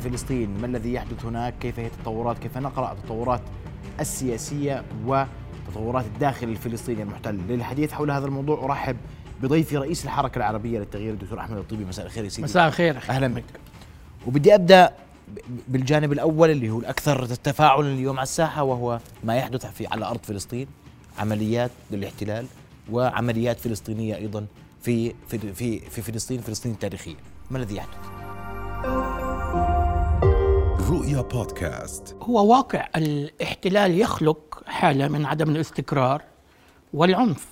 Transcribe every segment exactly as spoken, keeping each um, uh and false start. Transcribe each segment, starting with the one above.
فلسطين، ما الذي يحدث هناك، كيف هي التطورات، كيف نقرأ التطورات السياسية وتطورات الداخل الفلسطيني المحتل. للحديث حول هذا الموضوع أرحب بضيفي رئيس الحركة العربية للتغيير الدكتور أحمد الطيبي. مساء الخير يا سيدي. مساء الخير. أهلا بك. وبدي أبدأ بالجانب الأول اللي هو الأكثر تفاعلا اليوم على الساحة، وهو ما يحدث في على أرض فلسطين، عمليات للاحتلال وعمليات فلسطينية أيضا في في في, في فلسطين فلسطين التاريخية. ما الذي يحدث؟ رؤيا بودكاست. هو واقع الاحتلال يخلق حالة من عدم الاستقرار والعنف،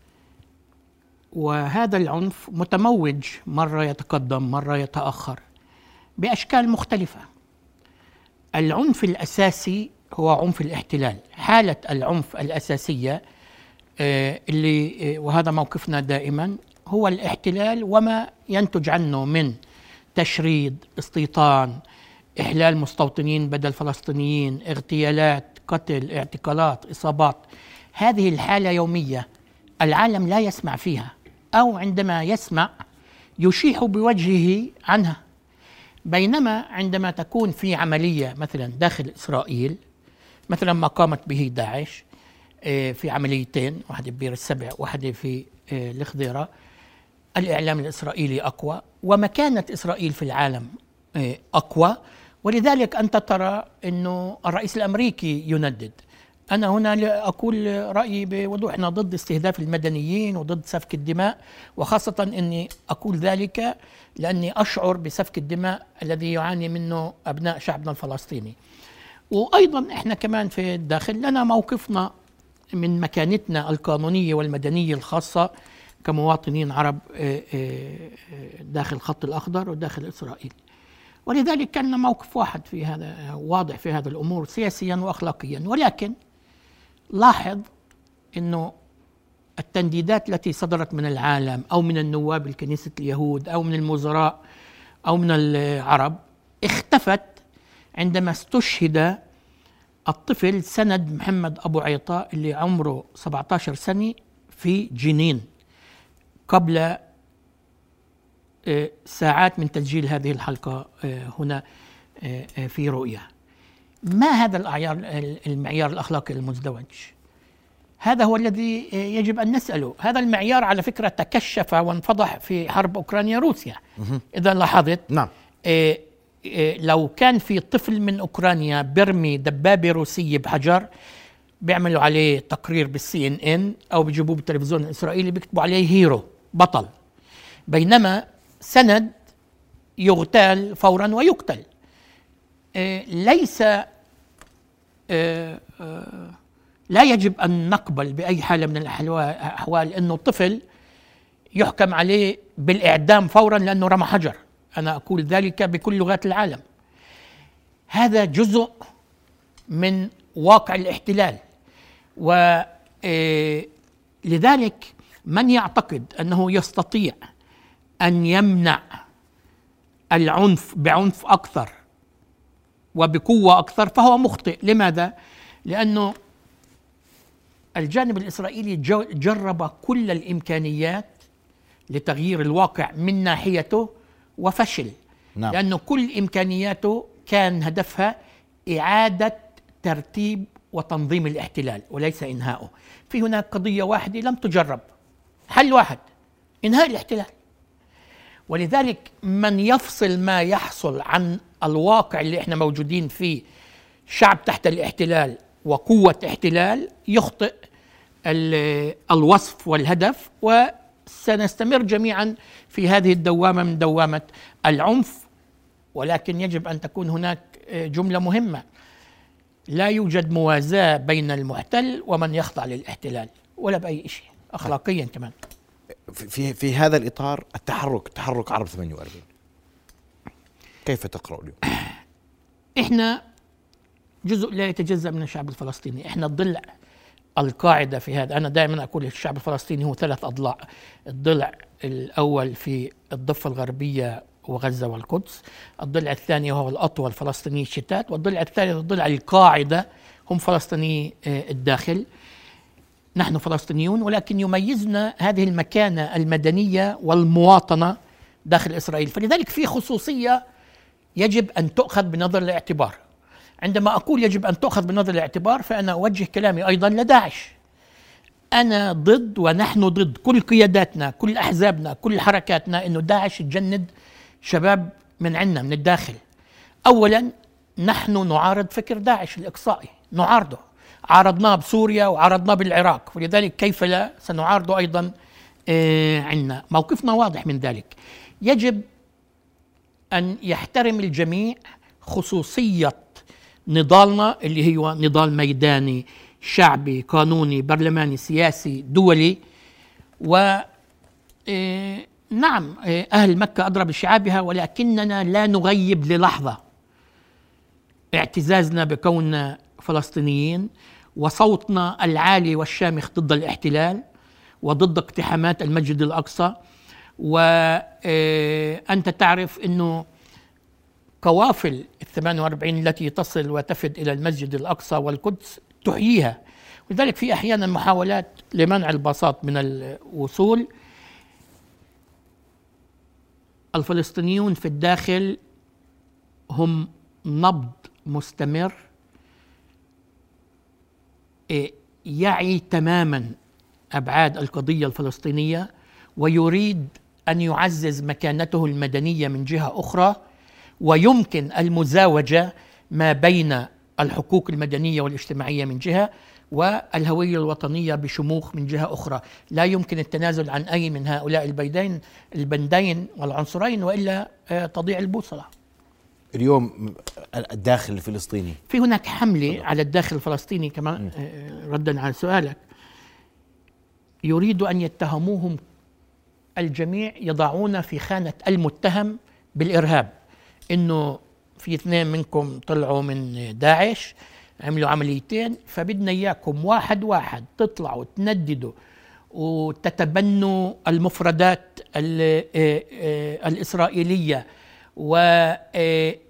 وهذا العنف متموج، مرة يتقدم مرة يتأخر بأشكال مختلفة. العنف الأساسي هو عنف الاحتلال. حالة العنف الأساسية اللي وهذا موقفنا دائما هو الاحتلال وما ينتج عنه من تشريد، استيطان، إحلال مستوطنين بدل فلسطينيين، اغتيالات، قتل، اعتقالات، إصابات. هذه الحالة يومية العالم لا يسمع فيها، أو عندما يسمع يشيح بوجهه عنها. بينما عندما تكون في عملية مثلا داخل إسرائيل، مثلا ما قامت به داعش في عمليتين، واحدة ببير السبع واحدة في الخضيرة، الإعلام الإسرائيلي أقوى ومكانة إسرائيل في العالم أقوى، ولذلك أنت ترى أنه الرئيس الأمريكي يندد. أنا هنا أقول رأيي بوضوح، أنا ضد استهداف المدنيين وضد سفك الدماء، وخاصة أني أقول ذلك لأني أشعر بسفك الدماء الذي يعاني منه أبناء شعبنا الفلسطيني. وأيضا إحنا كمان في الداخل لنا موقفنا من مكانتنا القانونية والمدنية الخاصة كمواطنين عرب داخل الخط الأخضر وداخل إسرائيل، ولذلك كان موقف واحد في هذا، واضح في هذا الأمور سياسيا وأخلاقيا. ولكن لاحظ أنه التنديدات التي صدرت من العالم أو من النواب الكنيسة اليهود أو من الوزراء أو من العرب اختفت عندما استشهد الطفل سند محمد أبو عيطاء اللي عمره سبعة عشر سنة في جنين قبل ساعات من تسجيل هذه الحلقة هنا في رؤيا. ما هذا المعيار الأخلاقي المزدوج؟ هذا هو الذي يجب أن نسأله. هذا المعيار على فكرة تكشف وانفضح في حرب أوكرانيا روسيا. إذا لاحظت، نعم، لو كان في طفل من أوكرانيا برمي دبابة روسية بحجر، بيعملوا عليه تقرير بالسي ان ان أو بيجيبوه بالتلفزيون الإسرائيلي بيكتبوا عليه هيرو، بطل. بينما سند يغتال فورا ويقتل. ليس لا يجب أن نقبل بأي حالة من الأحوال أنه طفل يحكم عليه بالإعدام فورا لأنه رمى حجر. أنا أقول ذلك بكل لغات العالم. هذا جزء من واقع الاحتلال، ولذلك من يعتقد أنه يستطيع أن يمنع العنف بعنف أكثر وبقوة أكثر فهو مخطئ. لماذا؟ لأنه الجانب الإسرائيلي جرب كل الإمكانيات لتغيير الواقع من ناحيته وفشل. نعم. لأنه كل إمكانياته كان هدفها إعادة ترتيب وتنظيم الاحتلال وليس إنهاؤه. في هناك قضية واحدة لم تجرب، حل واحد، إنهاء الاحتلال. ولذلك من يفصل ما يحصل عن الواقع اللي احنا موجودين فيه، شعب تحت الاحتلال وقوة احتلال، يخطئ الوصف والهدف، وسنستمر جميعا في هذه الدوامة من دوامة العنف. ولكن يجب أن تكون هناك جملة مهمة: لا يوجد موازاة بين المحتل ومن يخضع للاحتلال ولا بأي شيء أخلاقيا كمان. في في هذا الإطار التحرك تحرك عرب ثمانية وأربعين كيف تقرأ اليوم؟ إحنا جزء لا يتجزأ من الشعب الفلسطيني. إحنا الضلع القاعدة في هذا. أنا دائما أقول الشعب الفلسطيني هو ثلاث أضلاع: الضلع الأول في الضفة الغربية وغزة والقدس، الضلع الثاني وهو الأطول فلسطيني الشتات، والضلع الثالث الضلع القاعدة هم فلسطيني الداخل. نحن فلسطينيون، ولكن يميزنا هذه المكانة المدنية والمواطنة داخل إسرائيل. فلذلك في خصوصية يجب أن تؤخذ بنظر الاعتبار. عندما أقول يجب أن تؤخذ بنظر الاعتبار فأنا أوجه كلامي أيضا لداعش. أنا ضد ونحن ضد كل قياداتنا، كل أحزابنا، كل حركاتنا إنه داعش تجند شباب من عندنا من الداخل. أولا نحن نعارض فكر داعش الإقصائي، نعارضه، عارضناه بسوريا وعارضناه بالعراق، ولذلك كيف لا سنعارضه أيضا آه عندنا. موقفنا واضح من ذلك. يجب أن يحترم الجميع خصوصية نضالنا اللي هو نضال ميداني شعبي قانوني برلماني سياسي دولي. و آه نعم آه أهل مكة أدرى بشعابها، ولكننا لا نغيب للحظة اعتزازنا بكوننا فلسطينيين وصوتنا العالي والشامخ ضد الاحتلال وضد اقتحامات المسجد الأقصى. وأنت تعرف أنه قوافل الثمان وأربعين التي تصل وتفد إلى المسجد الأقصى والقدس تحييها، ولذلك في أحيانا محاولات لمنع الباصات من الوصول. الفلسطينيون في الداخل هم نبض مستمر يعي تماما أبعاد القضية الفلسطينية ويريد أن يعزز مكانته المدنية من جهة أخرى، ويمكن المزاوجة ما بين الحقوق المدنية والاجتماعية من جهة والهوية الوطنية بشموخ من جهة أخرى. لا يمكن التنازل عن أي من هؤلاء البيدين البندين والعنصرين وإلا تضيع البوصلة. اليوم الداخل الفلسطيني في هناك حملة على الداخل الفلسطيني كمان ردا على سؤالك، يريد أن يتهموهم الجميع، يضعون في خانة المتهم بالإرهاب، إنه في اثنين منكم طلعوا من داعش عملوا عمليتين، فبدنا إياكم واحد واحد تطلعوا تنددوا وتتبنوا المفردات الإسرائيلية. وهناك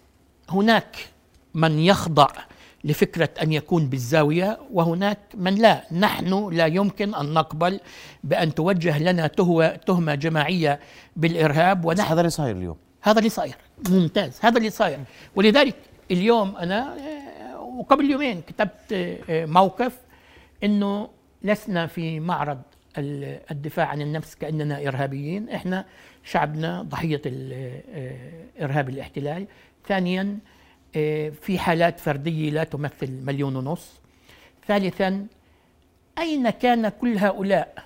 من يخضع لفكرة أن يكون بالزاوية وهناك من لا. نحن لا يمكن أن نقبل بأن توجه لنا تهمة جماعية بالإرهاب. ونحن هذا اللي صاير اليوم، هذا اللي صاير ممتاز، هذا اللي صاير. ولذلك اليوم أنا وقبل يومين كتبت موقف إنه لسنا في معرض الدفاع عن النفس كأننا إرهابيين، إحنا شعبنا ضحية إرهاب الاحتلال. ثانيا في حالات فردية لا تمثل مليون ونص. ثالثا أين كان كل هؤلاء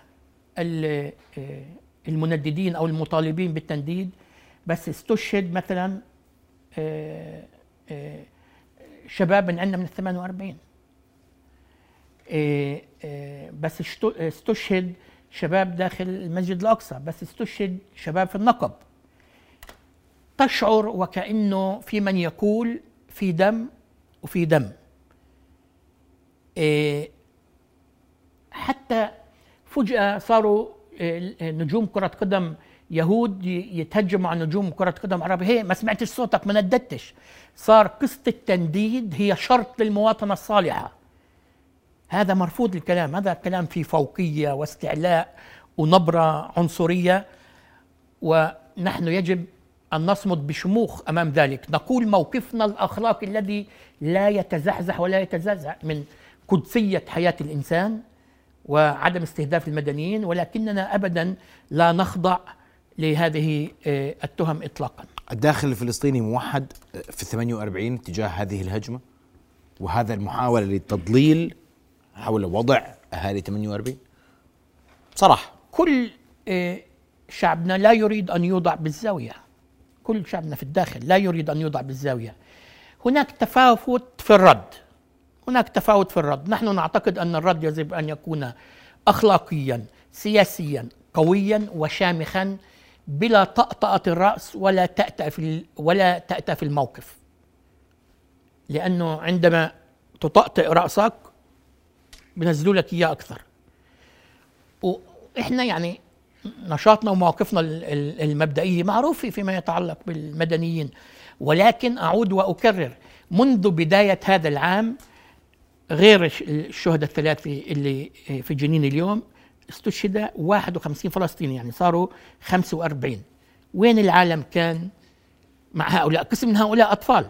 المنددين أو المطالبين بالتنديد بس استشهد مثلا شباب من عندنا من الثمان وأربعين، بس استشهد شباب داخل المسجد الأقصى، بس استشهد شباب في النقب. تشعر وكأنه في من يقول في دم وفي دم. حتى فجأة صاروا نجوم كرة قدم يهود يتهجموا على نجوم كرة قدم عربية. هي ما سمعتش صوتك، ما نددتش. صار قصة التنديد هي شرط للمواطنة الصالحة. هذا مرفوض الكلام، هذا كلام فيه فوقية واستعلاء ونبرة عنصرية، ونحن يجب أن نصمد بشموخ أمام ذلك. نقول موقفنا الأخلاقي الذي لا يتزحزح ولا يتزعزع من قدسية حياة الإنسان وعدم استهداف المدنيين، ولكننا أبدا لا نخضع لهذه التهم إطلاقا. الداخل الفلسطيني موحد في الثمانية وأربعين تجاه هذه الهجمة وهذا المحاولة للتضليل حول وضع أهالي ثمانية وأربعين. بصراحة كل شعبنا لا يريد أن يوضع بالزاوية، كل شعبنا في الداخل لا يريد أن يوضع بالزاوية. هناك تفاوت في الرد، هناك تفاوت في الرد. نحن نعتقد أن الرد يجب أن يكون أخلاقيا سياسيا قويا وشامخا بلا طأطأة الرأس ولا تأتأ في ولا تأتأ في الموقف، لأنه عندما تطأطئ رأسك بنزلوا لك إياه أكثر. وإحنا يعني نشاطنا ومواقفنا المبدئية معروفة فيما يتعلق بالمدنيين، ولكن أعود وأكرر منذ بداية هذا العام غير الشهداء الثلاثة اللي في جنين اليوم استشهد واحد وخمسين فلسطيني، يعني صاروا خمسة وأربعين. وين العالم كان مع هؤلاء، قسم من هؤلاء أطفال.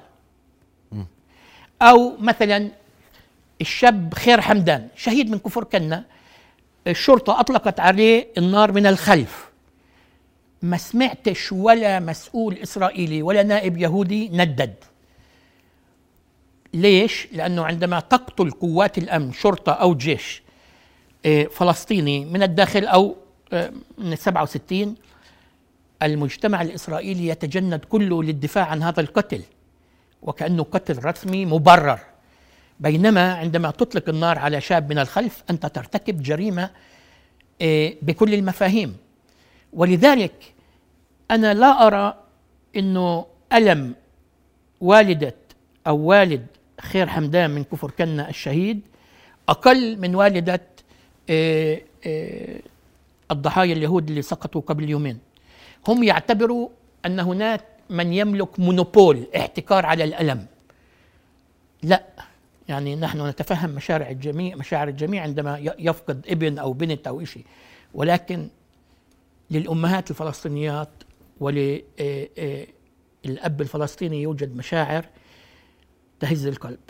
أو مثلا الشاب خير حمدان شهيد من كفر كنا، الشرطة أطلقت عليه النار من الخلف، ما سمعتش ولا مسؤول إسرائيلي ولا نائب يهودي ندد. ليش؟ لأنه عندما تقتل قوات الأمن شرطة أو جيش فلسطيني من الداخل أو من سبعة وستين، المجتمع الإسرائيلي يتجند كله للدفاع عن هذا القتل وكأنه قتل رسمي مبرر، بينما عندما تطلق النار على شاب من الخلف أنت ترتكب جريمة بكل المفاهيم. ولذلك أنا لا أرى أنه ألم والدة أو والد خير حمدان من كفر كنا الشهيد أقل من والدة الضحايا اليهود اللي سقطوا قبل يومين. هم يعتبروا أن هناك من يملك مونوبول احتكار على الألم. لا، يعني نحن نتفهم مشاعر الجميع مشاعر الجميع عندما يفقد ابن أو بنت أو شيء، ولكن للأمهات الفلسطينيات وللأب الفلسطيني يوجد مشاعر تهز القلب.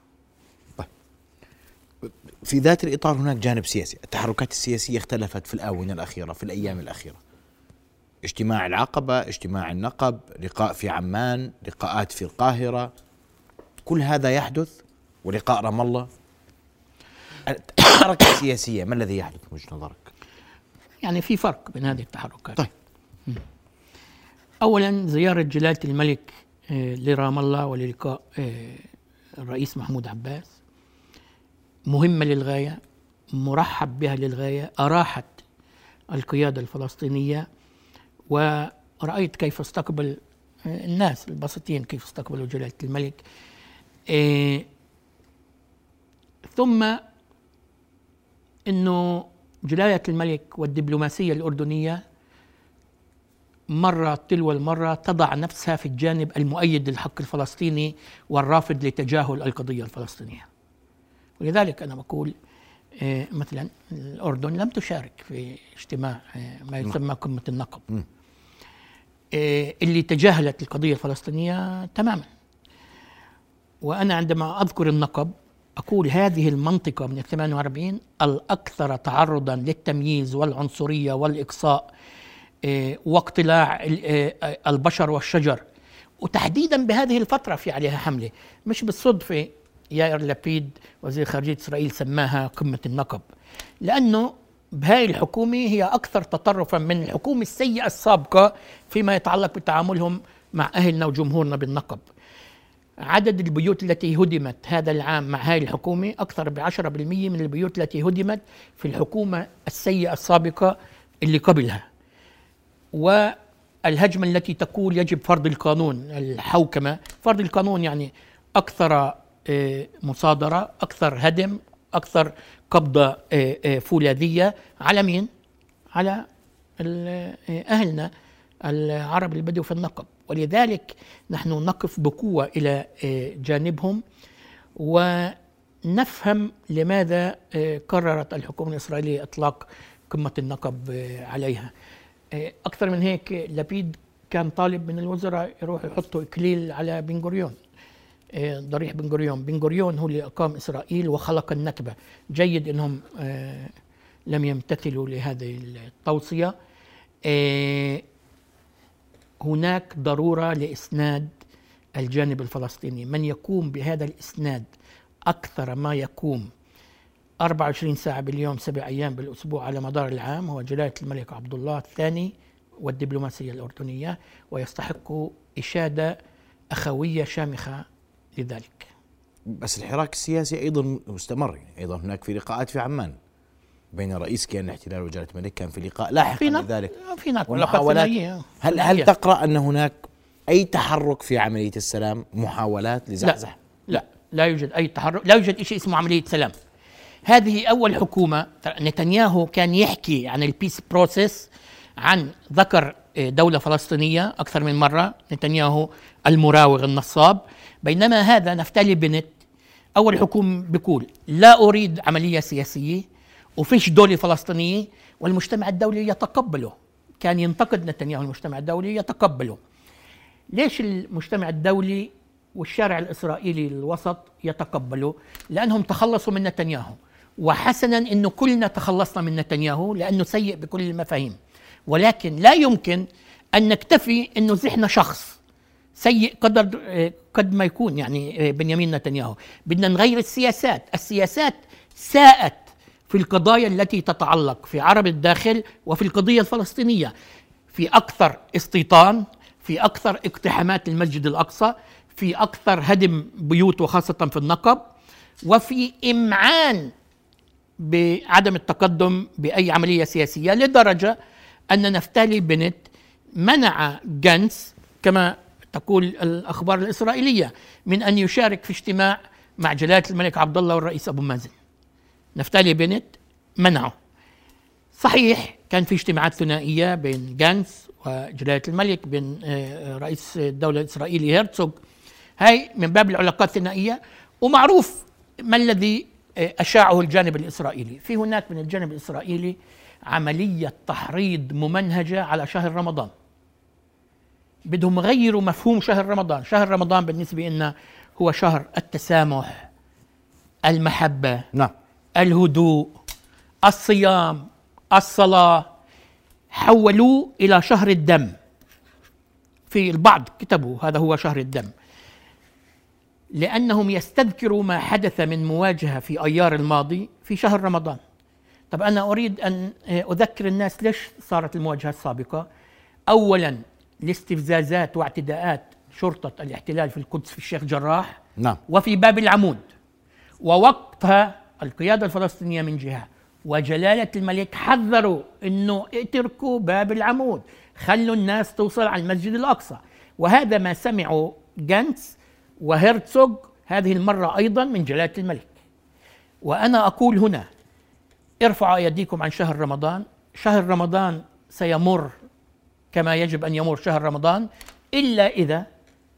في ذات الإطار هناك جانب سياسي. التحركات السياسية اختلفت في الآونة الأخيرة، في الأيام الأخيرة. اجتماع العقبة، اجتماع النقب، لقاء في عمان، لقاءات في القاهرة، كل هذا يحدث، ولقاء رام الله. الحركة السياسية ما الذي يحدث من وجهة نظرك؟ يعني في فرق بين هذه التحركات. طيب. أولا زيارة جلالة الملك لرام الله وللقاء الرئيس محمود عباس مهمة للغاية، مرحب بها للغاية، أراحت القيادة الفلسطينية، ورأيت كيف استقبل الناس البسيطين كيف استقبلوا جلالة الملك. إيه ثم أنه جلالة الملك والدبلوماسية الأردنية مرة تلو المرة تضع نفسها في الجانب المؤيد للحق الفلسطيني والرافض لتجاهل القضية الفلسطينية. ولذلك أنا بقول إيه مثلا الأردن لم تشارك في اجتماع إيه ما يسمى قمة النقب، إيه اللي تجاهلت القضية الفلسطينية تماما. وأنا عندما أذكر النقب أقول هذه المنطقة من ثمانية وأربعين الأكثر تعرضا للتمييز والعنصرية والإقصاء إيه واقتلاع إيه البشر والشجر، وتحديدا بهذه الفترة في عليها حملة. مش بالصدفة يائر لبيد وزير خارجية إسرائيل سماها قمة النقب، لأنه بهاي الحكومة هي أكثر تطرفا من الحكومة السيئة السابقة فيما يتعلق بتعاملهم مع أهلنا وجمهورنا بالنقب. عدد البيوت التي هدمت هذا العام مع هاي الحكومة أكثر بعشرة بالمئة من البيوت التي هدمت في الحكومة السيئة السابقة اللي قبلها. والهجمة التي تقول يجب فرض القانون، الحوكمة، فرض القانون يعني أكثر مصادرة، أكثر هدم، أكثر قبضة فولاذية على مين؟ على أهلنا العرب البدو في النقب. ولذلك نحن نقف بقوة إلى جانبهم ونفهم لماذا قررت الحكومة الإسرائيلية إطلاق قمة النقب عليها. أكثر من هيك لبيد كان طالب من الوزراء يروحوا يحطوا إكليل على بن غوريون، ضريح بن غوريون. بن غوريون هو اللي أقام إسرائيل وخلق النكبة. جيد أنهم لم يمتثلوا لهذه التوصية. هناك ضرورة لإسناد الجانب الفلسطيني، من يقوم بهذا الإسناد أكثر ما يقوم أربعة وعشرين ساعة باليوم سبع أيام بالأسبوع على مدار العام هو جلالة الملك عبد الله الثاني والدبلوماسية الأردنية، ويستحق إشادة أخوية شامخة لذلك. بس الحراك السياسي أيضا مستمر، يعني أيضا هناك في لقاءات في عمان بين رئيس كيان الاحتلال وجلالة الملك، كان في لقاء لاحقا لذلك في هناك محاولات. هل هل تقرأ أن هناك أي تحرك في عملية السلام، محاولات لزحزح؟ لا لا, لا يوجد أي تحرك، لا يوجد شيء اسمه عملية سلام. هذه أول حكومة. نتنياهو كان يحكي عن البيس بروسيس، عن ذكر دولة فلسطينية أكثر من مرة، نتنياهو المراوغ النصاب، بينما هذا نفتالي بنت أول حكومة بيقول لا أريد عملية سياسية وفيش دولة فلسطينية والمجتمع الدولي يتقبله. كان ينتقد نتنياهو المجتمع الدولي يتقبله. ليش المجتمع الدولي والشارع الإسرائيلي الوسط يتقبلوا؟ لأنهم تخلصوا من نتنياهو، وحسنا أنه كلنا تخلصنا من نتنياهو لأنه سيء بكل المفاهيم، ولكن لا يمكن أن نكتفي أنه زحنا شخص سيء قدر قد ما يكون يعني بنيامين نتنياهو. بدنا نغير السياسات. السياسات ساءت في القضايا التي تتعلق في عرب الداخل وفي القضية الفلسطينية، في أكثر استيطان، في أكثر اقتحامات المسجد الأقصى، في أكثر هدم بيوت وخاصة في النقب، وفي إمعان بعدم التقدم بأي عملية سياسية، لدرجة أن نفتالي بنت منع جانس كما تقول الأخبار الإسرائيلية من أن يشارك في اجتماع مع جلالة الملك عبد الله والرئيس أبو مازن. نفتالي بنت منعه. صحيح كان في اجتماعات ثنائية بين جانس وجلالة الملك، بين رئيس الدولة الإسرائيلي هرتزوغ، هاي من باب العلاقات الثنائية، ومعروف ما الذي أشاعه الجانب الإسرائيلي. في هناك من الجانب الإسرائيلي عملية تحريض ممنهجة على شهر رمضان. بدهم يغيروا مفهوم شهر رمضان. شهر رمضان بالنسبة لنا هو شهر التسامح، المحبة، نعم، الهدوء، الصيام، الصلاة. حولوه إلى شهر الدم. في البعض كتبوا هذا هو شهر الدم، لأنهم يستذكروا ما حدث من مواجهة في أيار الماضي في شهر رمضان. طب أنا أريد أن أذكر الناس ليش صارت المواجهة السابقة. أولا لاستفزازات واعتداءات شرطة الاحتلال في القدس في الشيخ جراح، نعم، وفي باب العمود، ووقتها القيادة الفلسطينية من جهة وجلالة الملك حذروا أنه اتركوا باب العمود، خلوا الناس توصل على المسجد الأقصى. وهذا ما سمعوا جانتس وهرتزوغ هذه المرة أيضا من جلالة الملك. وأنا أقول هنا ارفعوا أيديكم عن شهر رمضان. شهر رمضان سيمر كما يجب أن يمر شهر رمضان، إلا إذا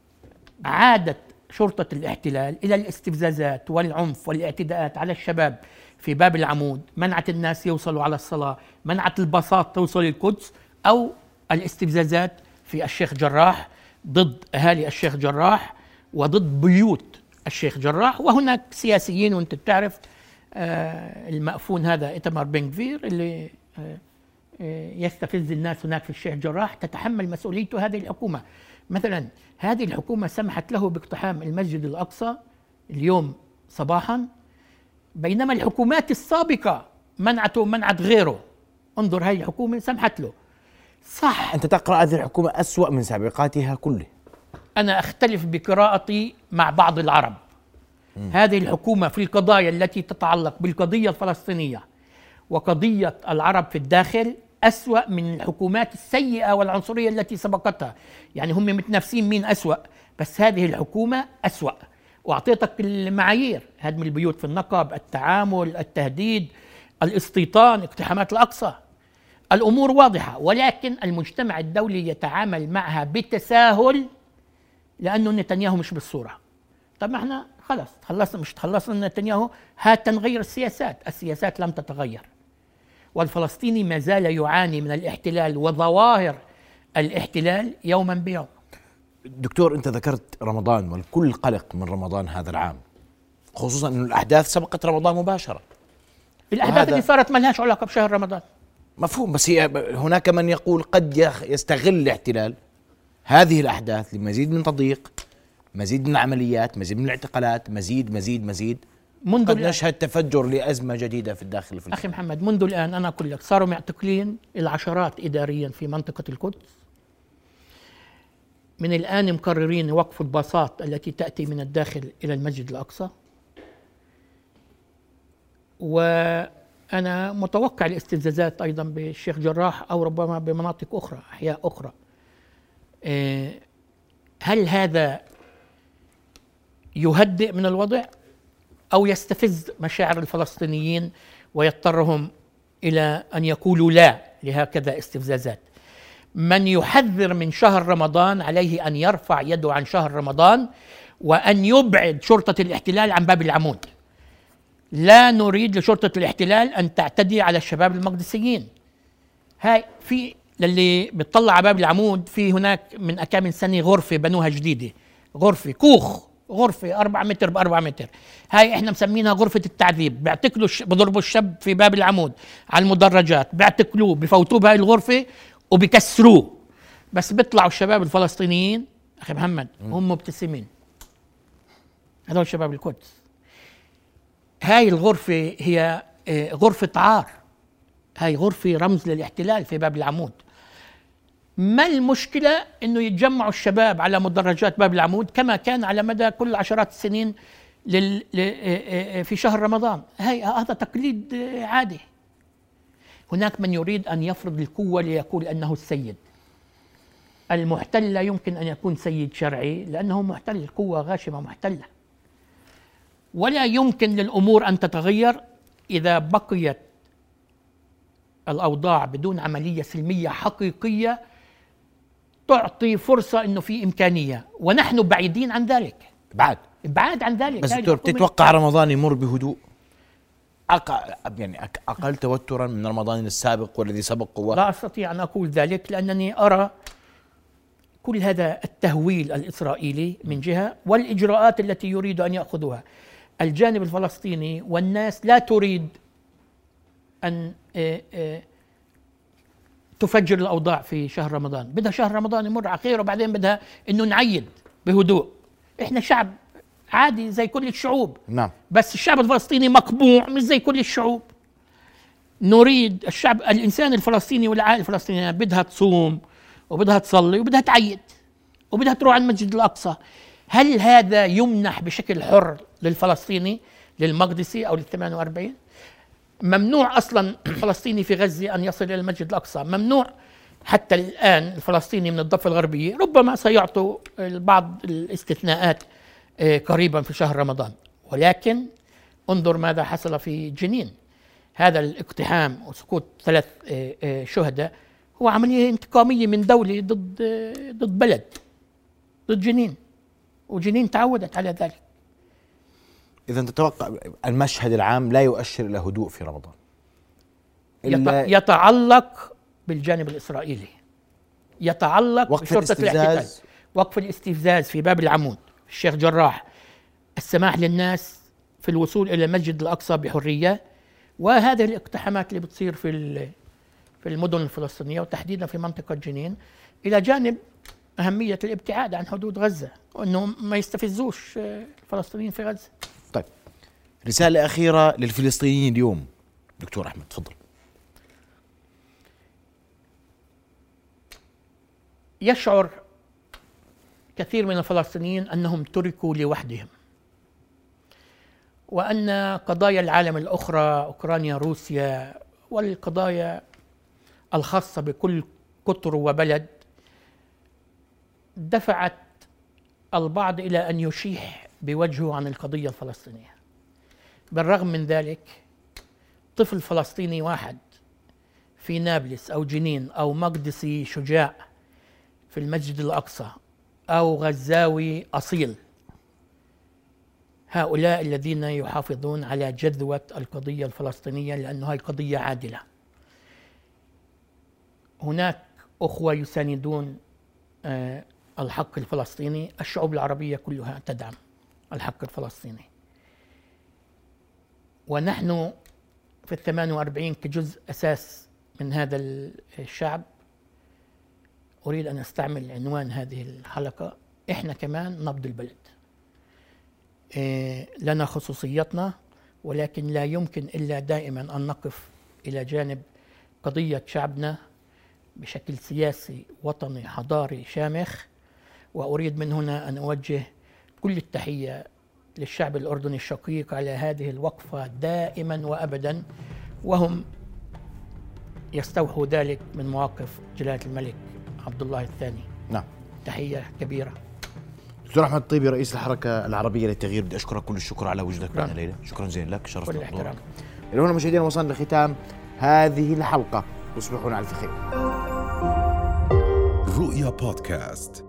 عادت شرطة الاحتلال إلى الاستفزازات والعنف والاعتداءات على الشباب في باب العمود، منعت الناس يوصلوا على الصلاة، منعت الباصات توصل للقدس، أو الاستفزازات في الشيخ جراح ضد أهالي الشيخ جراح وضد بيوت الشيخ جراح. وهناك سياسيين، وانت بتعرف آه المأفون هذا إيتمار بن غفير اللي آه يستفز الناس هناك في الشيخ جراح، تتحمل مسؤوليته هذه الحكومة. مثلا هذه الحكومة سمحت له باقتحام المسجد الأقصى اليوم صباحا، بينما الحكومات السابقة منعته منعت غيره. انظر، هذه الحكومة سمحت له. صح، أنت تقرأ هذه الحكومة أسوأ من سابقاتها كله. أنا أختلف بقراءتي مع بعض العرب. م. هذه الحكومة في القضايا التي تتعلق بالقضية الفلسطينية وقضية العرب في الداخل أسوأ من الحكومات السيئة والعنصرية التي سبقتها. يعني هم متنافسين مين أسوأ، بس هذه الحكومة أسوأ. وأعطيتك المعايير: هدم البيوت في النقب، التعامل، التهديد، الاستيطان، اقتحامات الأقصى. الأمور واضحة، ولكن المجتمع الدولي يتعامل معها بتساهل لأنه نتنياهو مش بالصورة. طب ما احنا خلاص تخلصنا، مش تخلصنا من نتنياهو، هات نغير السياسات. السياسات لم تتغير، والفلسطيني ما زال يعاني من الاحتلال وظواهر الاحتلال يوما بيوم. دكتور، أنت ذكرت رمضان والكل قلق من رمضان هذا العام، خصوصا أن الأحداث سبقت رمضان مباشرة. الأحداث اللي صارت ما لهاش علاقة بشهر رمضان. مفهوم، بس هي هناك من يقول قد يستغل الاحتلال هذه الأحداث لمزيد من تضييق، مزيد من العمليات، مزيد من الاعتقالات، مزيد مزيد مزيد منذ قد نشهد تفجر لأزمة جديدة في الداخل الفلسطيني. أخي محمد، منذ الآن أنا أقول لك صاروا معتقلين العشرات إداريا في منطقة القدس. من الآن مقررين وقف الباصات التي تأتي من الداخل إلى المسجد الأقصى. وأنا متوقع الاستفزازات أيضا بالشيخ جراح أو ربما بمناطق أخرى، أحياء أخرى. هل هذا يهدئ من الوضع أو يستفز مشاعر الفلسطينيين ويضطرهم إلى أن يقولوا لا لهكذا استفزازات؟ من يحذر من شهر رمضان عليه أن يرفع يده عن شهر رمضان وأن يبعد شرطة الاحتلال عن باب العمود. لا نريد لشرطة الاحتلال أن تعتدي على الشباب المقدسيين. هاي في للي بتطلع على باب العمود، في هناك من كم من سنة غرفة بنوها جديدة، غرفة كوخ، غرفة أربعة متر بأربعة متر، هاي إحنا مسمينها غرفة التعذيب. بيعتقلوا الش... بضربوا الشاب في باب العمود على المدرجات، بيعتقلوه، بفوتوه بهاي الغرفة وبكسروه، بس بيطلعوا الشباب الفلسطينيين أخي محمد هم مبتسمين. هذول شباب القدس. هاي الغرفة هي غرفة عار، هاي غرفة رمز للاحتلال في باب العمود. ما المشكلة إنه يتجمعوا الشباب على مدرجات باب العمود كما كان على مدى كل عشرات السنين لل... في شهر رمضان؟ هاي هذا تقليد عادي. هناك من يريد أن يفرض القوة ليقول أنه السيد. المحتل لا يمكن أن يكون سيد شرعي لأنه محتل، القوة غاشمة محتلة. ولا يمكن للأمور أن تتغير إذا بقيت الأوضاع بدون عملية سلمية حقيقية تعطي فرصة إنه في إمكانية، ونحن بعيدين عن ذلك، بعد بعاد عن ذلك. بس دكتور، تتوقع رمضان يمر بهدوء أقل يعني أقل توترا من رمضان السابق والذي سبق؟ و... لا أستطيع أن أقول ذلك، لأنني أرى كل هذا التهويل الإسرائيلي من جهة، والإجراءات التي يريد أن يأخذها الجانب الفلسطيني، والناس لا تريد أن تفجر الأوضاع في شهر رمضان. بدها شهر رمضان يمر على خير، وبعدين بدها إنه نعيد بهدوء. إحنا شعب عادي زي كل الشعوب. نعم. بس الشعب الفلسطيني مقبوع مش زي كل الشعوب. نريد الشعب الإنسان الفلسطيني والعائلة الفلسطينية بدها تصوم وبدها تصلي وبدها تعيد وبدها تروح على المسجد الأقصى. هل هذا يمنح بشكل حر للفلسطيني، للمقدسي أو للثمان وأربعين؟ ممنوع أصلا الفلسطيني في غزة أن يصل إلى المسجد الأقصى، ممنوع حتى الآن الفلسطيني من الضفة الغربية. ربما سيعطوا بعض الاستثناءات قريبا في شهر رمضان، ولكن انظر ماذا حصل في جنين. هذا الاقتحام وسقوط ثلاث شهداء هو عملية انتقامية من دولة ضد ضد بلد، ضد جنين، وجنين تعودت على ذلك. إذا تتوقع المشهد العام لا يؤشر إلى هدوء في رمضان؟ يتعلق بالجانب الإسرائيلي، يتعلق وقف بشرطة الاحتلال، وقف الاستفزاز في باب العمود، في الشيخ جراح، السماح للناس في الوصول إلى المسجد الأقصى بحرية، وهذه الاقتحامات اللي بتصير في في المدن الفلسطينية وتحديدا في منطقة جنين، إلى جانب أهمية الابتعاد عن حدود غزة وأنه ما يستفزوش الفلسطينيين في غزة. طيب، رسالة أخيرة للفلسطينيين اليوم دكتور أحمد، تفضل. يشعر كثير من الفلسطينيين أنهم تركوا لوحدهم، وأن قضايا العالم الأخرى أوكرانيا، روسيا، والقضايا الخاصة بكل قطر وبلد دفعت البعض إلى أن يشيح بوجهه عن القضية الفلسطينية. بالرغم من ذلك طفل فلسطيني واحد في نابلس أو جنين أو مقدسي شجاع في المسجد الأقصى أو غزاوي أصيل، هؤلاء الذين يحافظون على جذوة القضية الفلسطينية لأنها قضية عادلة. هناك أخوة يساندون آه الحق الفلسطيني، الشعوب العربية كلها تدعم الحق الفلسطيني، ونحن في الثمان وأربعين كجزء أساس من هذا الشعب. أريد أن أستعمل عنوان هذه الحلقة: إحنا كمان نبض البلد. إيه لنا خصوصيتنا، ولكن لا يمكن إلا دائما أن نقف إلى جانب قضية شعبنا بشكل سياسي وطني حضاري شامخ. وأريد من هنا أن أوجه كل التحية للشعب الأردني الشقيق على هذه الوقفة دائما وأبدا، وهم يستوحوا ذلك من مواقف جلالة الملك عبد الله الثاني. نعم، تحية كبيرة. دكتور أحمد الطيبي رئيس الحركة العربية للتغيير، بدي أشكرك كل الشكر على وجودك معنا الليلة. شكرا جزيلا لك، شرفتنا بحضورك. إلى هنا مشاهدينا وصلنا لختام هذه الحلقة، تصبحون على خير. رؤيا بودكاست.